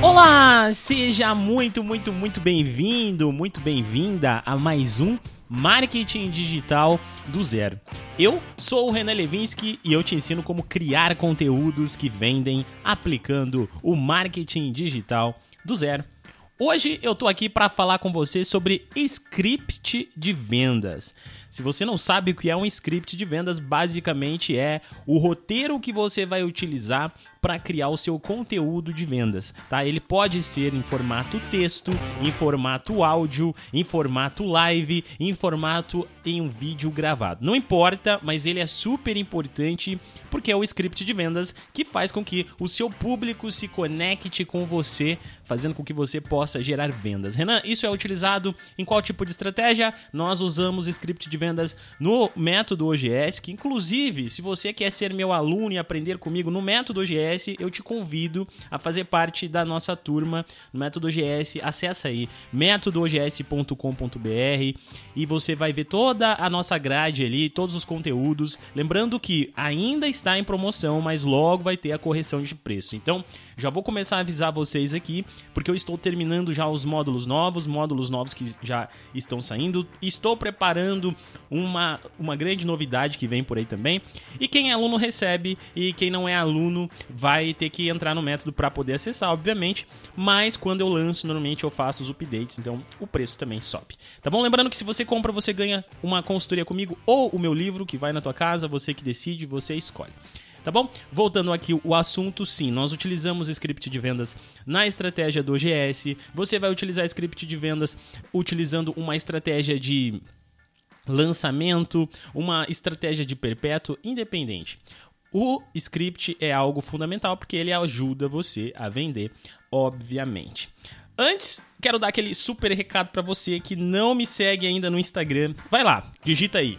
Olá, seja muito bem-vindo, muito bem-vinda a mais um Marketing Digital do Zero. Eu sou o Renan Levinsky e eu te ensino como criar conteúdos que vendem aplicando o marketing digital do zero. Hoje eu tô aqui para falar com você sobre script de vendas. Se você não sabe o que é um script de vendas, basicamente é o roteiro que você vai utilizar para criar o seu conteúdo de vendas, tá? Ele pode ser em formato texto, em formato áudio, em formato live, em formato em um vídeo gravado. Não importa, mas ele é super importante porque é o script de vendas que faz com que o seu público se conecte com você, fazendo com que você possa gerar vendas. Renan, isso é utilizado em qual tipo de estratégia? Nós usamos script de vendas no método OGS, que inclusive, se você quer ser meu aluno e aprender comigo no método OGS, eu te convido a fazer parte da nossa turma no método OGS. Acessa aí métodoogs.com.br e você vai ver toda a nossa grade ali, todos os conteúdos. Lembrando que ainda está em promoção, mas logo vai ter a correção de preço. Então, já vou começar a avisar vocês aqui, porque eu estou terminando já os módulos novos que já estão saindo. Estou preparando uma grande novidade que vem por aí também. E quem é aluno recebe, e quem não é aluno vai ter que entrar no método para poder acessar, obviamente. Mas quando eu lanço, normalmente eu faço os updates, então o preço também sobe. Tá bom? Lembrando que se você compra, você ganha uma consultoria comigo ou o meu livro que vai na tua casa, você que decide, você escolhe. Tá bom? Voltando aqui o assunto, sim, nós utilizamos script de vendas na estratégia do OGS. Você vai utilizar script de vendas utilizando uma estratégia de lançamento, uma estratégia de perpétuo, independente. O script é algo fundamental porque ele ajuda você a vender, obviamente. Antes, quero dar aquele super recado para você que não me segue ainda no Instagram. Vai lá, digita aí.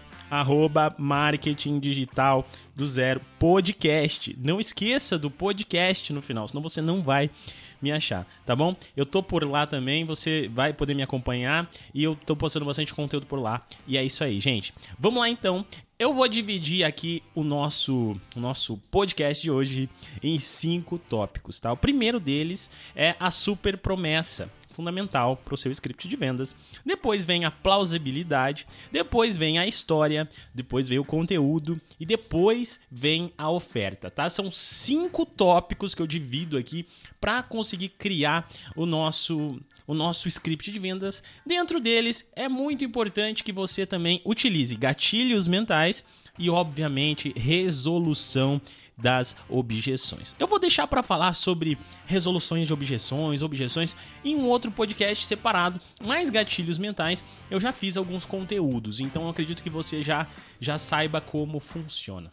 @marketing digital do zero podcast. Não esqueça do podcast no final, senão você não vai me achar, tá bom? Eu tô por lá também, você vai poder me acompanhar e eu tô postando bastante conteúdo por lá. E é isso aí, gente. Vamos lá então. Eu vou dividir aqui o nosso podcast de hoje em 5 tópicos, tá? O primeiro deles é a super promessa, fundamental para o seu script de vendas. Depois vem a plausibilidade, depois vem a história, depois vem o conteúdo e depois vem a oferta, tá? São 5 tópicos que eu divido aqui para conseguir criar o nosso script de vendas. Dentro deles, é muito importante que você também utilize gatilhos mentais e, obviamente, resolução das objeções. Eu vou deixar para falar sobre resoluções de objeções em um outro podcast separado, mas gatilhos mentais eu já fiz alguns conteúdos, então eu acredito que você já saiba como funciona.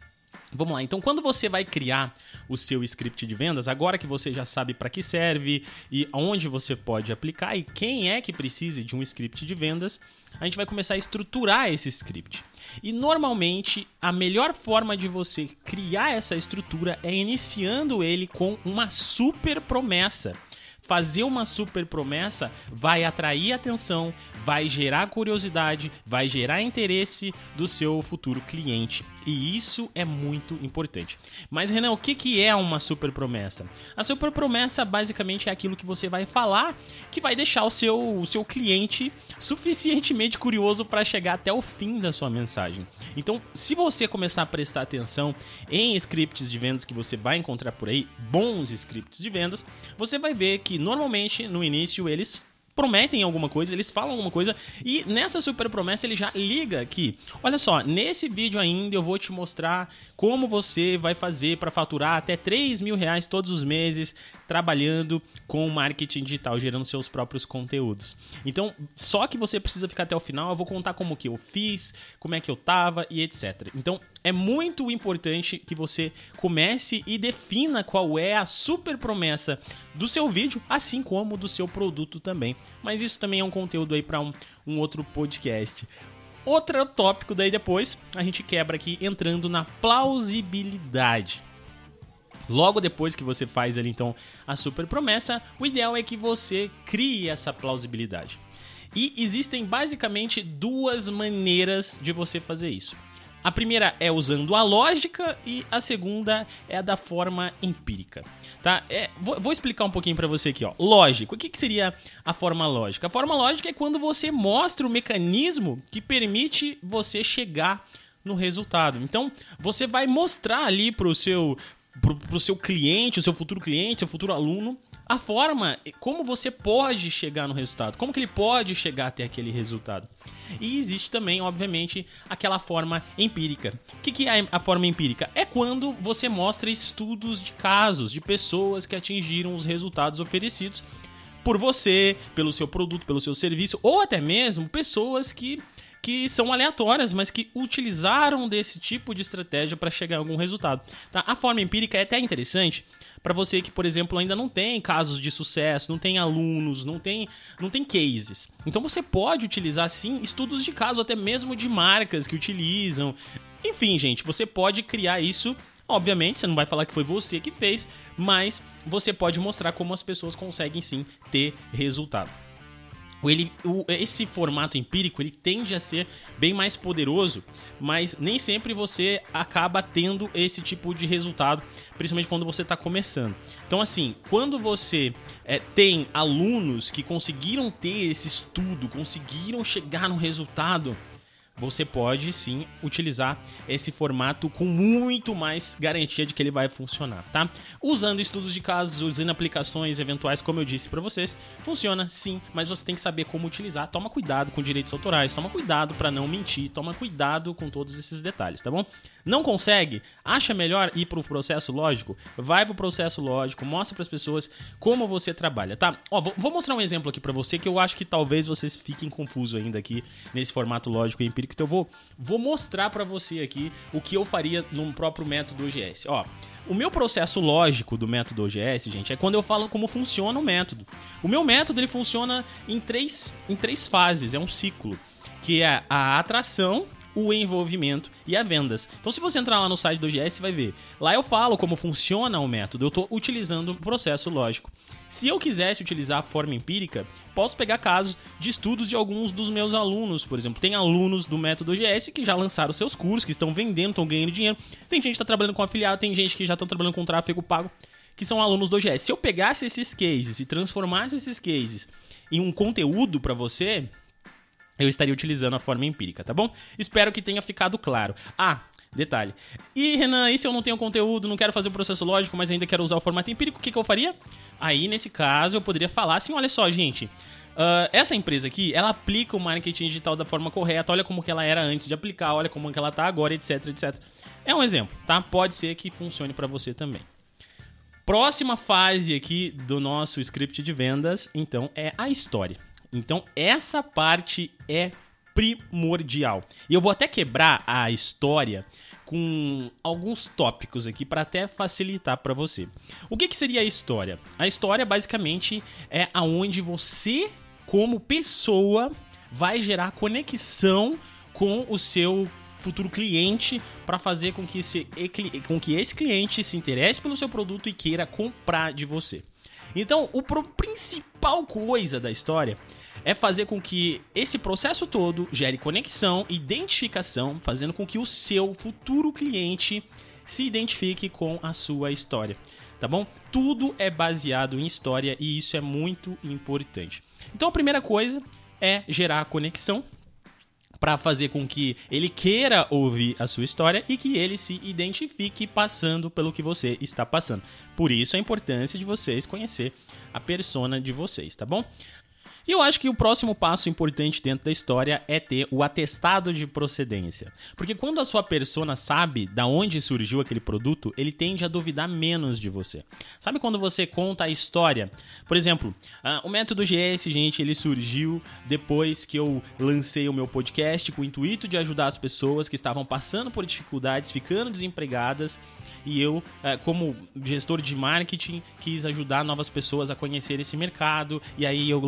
Vamos lá, então quando você vai criar o seu script de vendas, agora que você já sabe para que serve e onde você pode aplicar e quem é que precisa de um script de vendas, a gente vai começar a estruturar esse script. E normalmente a melhor forma de você criar essa estrutura é iniciando ele com uma super promessa. Fazer uma super promessa vai atrair atenção, vai gerar curiosidade, vai gerar interesse do seu futuro cliente. E isso é muito importante. Mas, Renan, o que é uma super promessa? A super promessa basicamente é aquilo que você vai falar que vai deixar o seu cliente suficientemente curioso para chegar até o fim da sua mensagem. Então, se você começar a prestar atenção em scripts de vendas que você vai encontrar por aí, bons scripts de vendas, você vai ver que normalmente no início eles prometem alguma coisa, eles falam alguma coisa e nessa super promessa ele já liga que, olha só, nesse vídeo ainda eu vou te mostrar como você vai fazer para faturar até R$3.000 todos os meses trabalhando com marketing digital, gerando seus próprios conteúdos. Então, só que você precisa ficar até o final, eu vou contar como que eu fiz, como é que eu tava e etc. Então, é muito importante que você comece e defina qual é a super promessa do seu vídeo, assim como do seu produto também. Mas isso também é um conteúdo aí para um outro podcast. Outro tópico daí depois, a gente quebra aqui entrando na plausibilidade. Logo depois que você faz ali então a super promessa, o ideal é que você crie essa plausibilidade. E existem basicamente 2 maneiras de você fazer isso. A primeira é usando a lógica e a segunda é a da forma empírica, tá? Vou explicar um pouquinho pra você aqui, ó. Lógico, o que seria a forma lógica? A forma lógica é quando você mostra o mecanismo que permite você chegar no resultado. Então, você vai mostrar ali pro seu cliente, o seu futuro aluno, a forma como você pode chegar no resultado, como que ele pode chegar até aquele resultado. E existe também, obviamente, aquela forma empírica. O que é a forma empírica? É quando você mostra estudos de casos, de pessoas que atingiram os resultados oferecidos por você, pelo seu produto, pelo seu serviço, ou até mesmo pessoas que são aleatórias, mas que utilizaram desse tipo de estratégia para chegar a algum resultado. Tá? A forma empírica é até interessante para você que, por exemplo, ainda não tem casos de sucesso, não tem alunos, não tem cases. Então você pode utilizar, sim, estudos de caso, até mesmo de marcas que utilizam. Enfim, gente, você pode criar isso. Obviamente, você não vai falar que foi você que fez, mas você pode mostrar como as pessoas conseguem, sim, ter resultado. Esse formato empírico ele tende a ser bem mais poderoso, mas nem sempre você acaba tendo esse tipo de resultado, principalmente quando você está começando. Então, assim, quando você tem alunos que conseguiram ter esse estudo, conseguiram chegar no resultado, você pode sim utilizar esse formato com muito mais garantia de que ele vai funcionar, tá? Usando estudos de casos, usando aplicações eventuais, como eu disse pra vocês, funciona sim, mas você tem que saber como utilizar. Toma cuidado com direitos autorais, toma cuidado pra não mentir, toma cuidado com todos esses detalhes, tá bom? Não consegue? Acha melhor ir pro processo lógico? Vai pro processo lógico, mostra pras pessoas como você trabalha, tá? Ó, vou mostrar um exemplo aqui pra você que eu acho que talvez vocês fiquem confusos ainda aqui nesse formato lógico e empírico. Então eu vou mostrar pra você aqui o que eu faria no próprio método OGS. Ó, o meu processo lógico do método OGS, gente, é quando eu falo como funciona o método. O meu método ele funciona em três fases, é um ciclo, que é a atração, o envolvimento e a vendas. Então, se você entrar lá no site do OGS, você vai ver. Lá eu falo como funciona o método. Eu estou utilizando o processo lógico. Se eu quisesse utilizar a forma empírica, posso pegar casos de estudos de alguns dos meus alunos. Por exemplo, tem alunos do método OGS que já lançaram seus cursos, que estão vendendo, estão ganhando dinheiro. Tem gente que está trabalhando com afiliado, tem gente que já está trabalhando com tráfego pago, que são alunos do OGS. Se eu pegasse esses cases e transformasse esses cases em um conteúdo para você, eu estaria utilizando a forma empírica, tá bom? Espero que tenha ficado claro. Ah, detalhe. E Renan, e se eu não tenho conteúdo, não quero fazer o processo lógico, mas ainda quero usar o formato empírico, o que eu faria? Aí, nesse caso, eu poderia falar assim, olha só, gente, essa empresa aqui, ela aplica o marketing digital da forma correta, olha como que ela era antes de aplicar, olha como que ela tá agora, etc, etc. É um exemplo, tá? Pode ser que funcione para você também. Próxima fase aqui do nosso script de vendas, então, é a história. Então, essa parte é primordial. E eu vou até quebrar a história com alguns tópicos aqui para até facilitar para você. O que seria a história? A história, basicamente, é aonde você, como pessoa, vai gerar conexão com o seu futuro cliente para fazer com que esse cliente se interesse pelo seu produto e queira comprar de você. Então, a principal coisa da história é fazer com que esse processo todo gere conexão, identificação, fazendo com que o seu futuro cliente se identifique com a sua história, tá bom? Tudo é baseado em história e isso é muito importante. Então, a primeira coisa é gerar conexão para fazer com que ele queira ouvir a sua história e que ele se identifique passando pelo que você está passando. Por isso a importância de vocês conhecer a persona de vocês, tá bom? E eu acho que o próximo passo importante dentro da história é ter o atestado de procedência. Porque quando a sua persona sabe da onde surgiu aquele produto, ele tende a duvidar menos de você. Sabe quando você conta a história? Por exemplo, o método GS, gente, ele surgiu depois que eu lancei o meu podcast com o intuito de ajudar as pessoas que estavam passando por dificuldades, ficando desempregadas. E eu, como gestor de marketing, quis ajudar novas pessoas a conhecer esse mercado. E aí eu lancei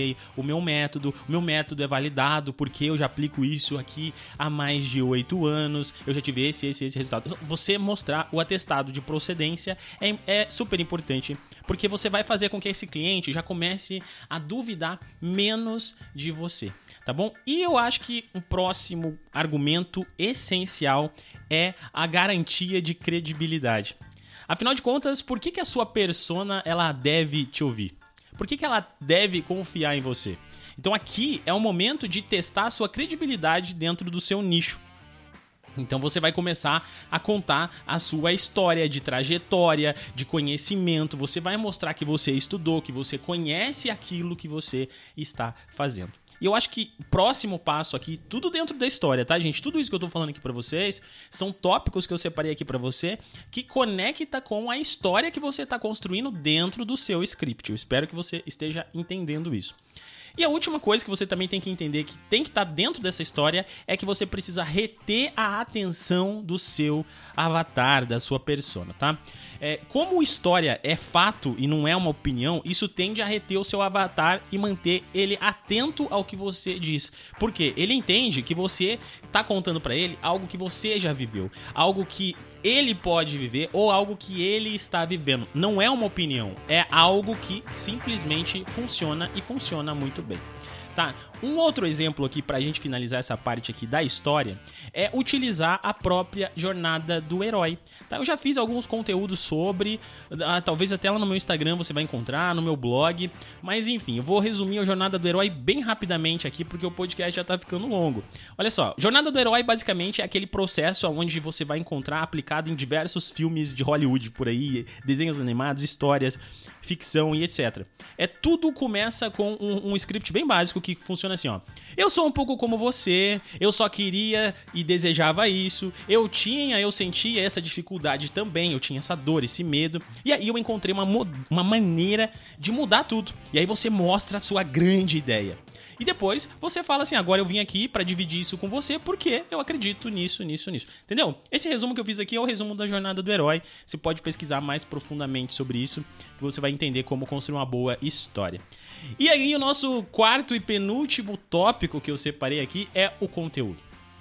criei o meu método é validado porque eu já aplico isso aqui há mais de 8 anos, eu já tive esse resultado. Você mostrar o atestado de procedência é super importante, porque você vai fazer com que esse cliente já comece a duvidar menos de você, tá bom? E eu acho que um próximo argumento essencial é a garantia de credibilidade. Afinal de contas, por que a sua persona ela deve te ouvir? Por que ela deve confiar em você? Então aqui é o momento de testar a sua credibilidade dentro do seu nicho. Então você vai começar a contar a sua história de trajetória, de conhecimento. Você vai mostrar que você estudou, que você conhece aquilo que você está fazendo. E eu acho que o próximo passo aqui, tudo dentro da história, tá, gente? Tudo isso que eu tô falando aqui pra vocês são tópicos que eu separei aqui pra você que conecta com a história que você tá construindo dentro do seu script. Eu espero que você esteja entendendo isso. E a última coisa que você também tem que entender, que tem que estar dentro dessa história, é que você precisa reter a atenção do seu avatar, da sua persona, tá? Como história é fato e não é uma opinião, isso tende a reter o seu avatar e manter ele atento ao que você diz. Porque ele entende que você está contando para ele algo que você já viveu, algo que ele pode viver ou algo que ele está vivendo. Não é uma opinião, é algo que simplesmente funciona e funciona muito bem. Tá? Um outro exemplo aqui pra gente finalizar essa parte aqui da história é utilizar a própria jornada do herói. Tá? Eu já fiz alguns conteúdos sobre, talvez até lá no meu Instagram você vai encontrar, no meu blog, mas enfim, eu vou resumir a jornada do herói bem rapidamente aqui porque o podcast já tá ficando longo. Olha só, jornada do herói basicamente é aquele processo onde você vai encontrar aplicado em diversos filmes de Hollywood por aí, desenhos animados, histórias, ficção e etc. Tudo começa com um script bem básico que funciona assim, ó. Eu sou um pouco como você, eu só queria e desejava isso, eu sentia essa dificuldade também, eu tinha essa dor, esse medo, e aí eu encontrei uma maneira de mudar tudo. E aí você mostra a sua grande ideia. E depois você fala assim, agora eu vim aqui pra dividir isso com você porque eu acredito nisso. Entendeu? Esse resumo que eu fiz aqui é o resumo da jornada do herói. Você pode pesquisar mais profundamente sobre isso, que você vai entender como construir uma boa história. E aí o nosso quarto e penúltimo tópico que eu separei aqui é o conteúdo.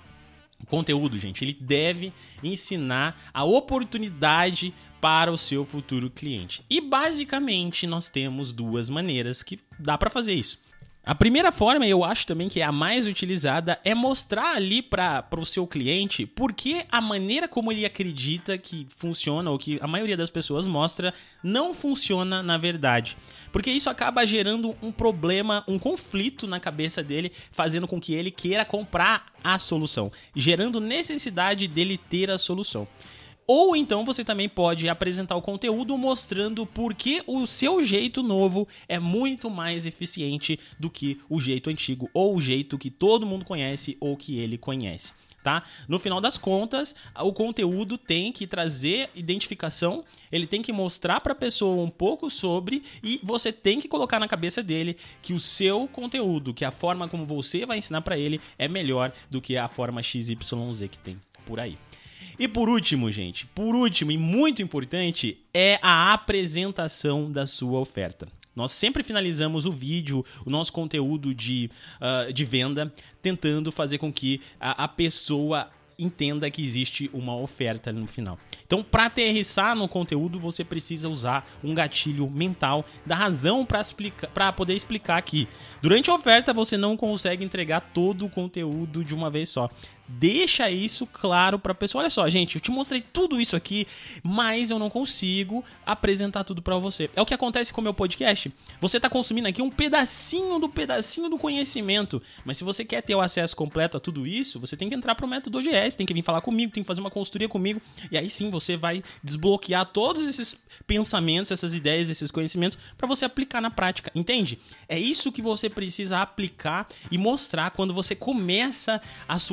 O conteúdo, gente, ele deve ensinar a oportunidade para o seu futuro cliente. E basicamente nós temos duas maneiras que dá pra fazer isso. A primeira forma, eu acho também que é a mais utilizada, é mostrar ali para o seu cliente porque a maneira como ele acredita que funciona, ou que a maioria das pessoas mostra, não funciona na verdade. Porque isso acaba gerando um problema, um conflito na cabeça dele, fazendo com que ele queira comprar a solução, gerando necessidade dele ter a solução. Ou então você também pode apresentar o conteúdo mostrando por que o seu jeito novo é muito mais eficiente do que o jeito antigo, ou o jeito que todo mundo conhece ou que ele conhece. Tá? No final das contas, o conteúdo tem que trazer identificação, ele tem que mostrar para a pessoa um pouco sobre, e você tem que colocar na cabeça dele que o seu conteúdo, que a forma como você vai ensinar para ele é melhor do que a forma XYZ que tem por aí. E por último, gente, e muito importante, é a apresentação da sua oferta. Nós sempre finalizamos o vídeo, o nosso conteúdo de venda, tentando fazer com que a pessoa entenda que existe uma oferta no final. Então, para aterrissar no conteúdo, você precisa usar um gatilho mental da razão para poder explicar que durante a oferta você não consegue entregar todo o conteúdo de uma vez só. Deixa isso claro para a pessoa. Olha só, gente, eu te mostrei tudo isso aqui, mas eu não consigo apresentar tudo para você. É o que acontece com o meu podcast. Você está consumindo aqui um pedacinho do conhecimento, mas se você quer ter o acesso completo a tudo isso, você tem que entrar para o método OGS, tem que vir falar comigo, tem que fazer uma consultoria comigo, e aí sim você vai desbloquear todos esses pensamentos, essas ideias, esses conhecimentos para você aplicar na prática, entende? É isso que você precisa aplicar e mostrar quando você começa a sua abordagem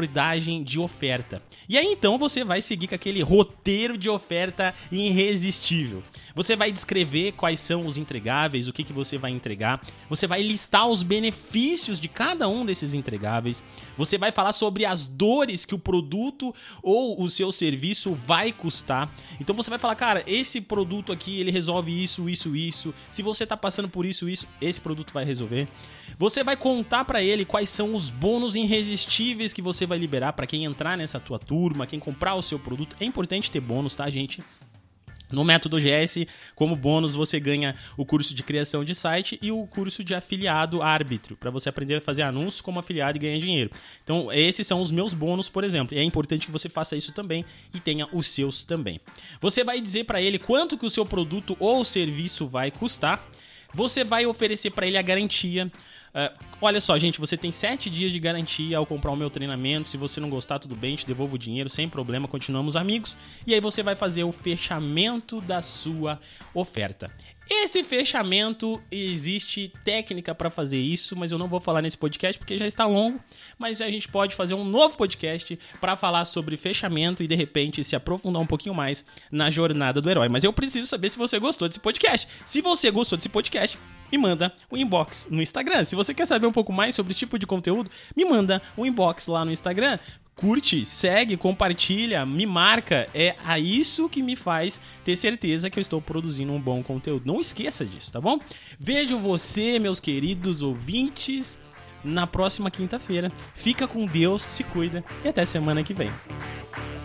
abordagem de oferta. E aí então você vai seguir com aquele roteiro de oferta irresistível. Você vai descrever quais são os entregáveis, o que você vai entregar. Você vai listar os benefícios de cada um desses entregáveis. Você vai falar sobre as dores que o produto ou o seu serviço vai custar. Então você vai falar, cara, esse produto aqui, ele resolve isso, isso, isso. Se você tá passando por isso, isso, esse produto vai resolver. Você vai contar pra ele quais são os bônus irresistíveis que você vai liberar pra quem entrar nessa tua turma, quem comprar o seu produto. É importante ter bônus, tá, gente? No Método GS, como bônus, você ganha o curso de criação de site e o curso de afiliado árbitro, para você aprender a fazer anúncios como afiliado e ganhar dinheiro. Então, esses são os meus bônus, por exemplo. E é importante que você faça isso também e tenha os seus também. Você vai dizer para ele quanto que o seu produto ou serviço vai custar. Você vai oferecer para ele a garantia. Olha só, gente, você tem 7 dias de garantia ao comprar o meu treinamento. Se você não gostar, tudo bem, te devolvo o dinheiro, sem problema, continuamos amigos. E aí você vai fazer o fechamento da sua oferta. Esse fechamento, existe técnica para fazer isso, mas eu não vou falar nesse podcast porque já está longo. Mas a gente pode fazer um novo podcast para falar sobre fechamento e de repente se aprofundar um pouquinho mais na jornada do herói. Mas eu preciso saber se você gostou desse podcast. Se você gostou desse podcast, me manda um inbox no Instagram. Se você quer saber um pouco mais sobre esse tipo de conteúdo, me manda um inbox lá no Instagram. Curte, segue, compartilha, me marca. É a isso que me faz ter certeza que eu estou produzindo um bom conteúdo. Não esqueça disso, tá bom? Vejo você, meus queridos ouvintes, na próxima quinta-feira. Fica com Deus, se cuida e até semana que vem.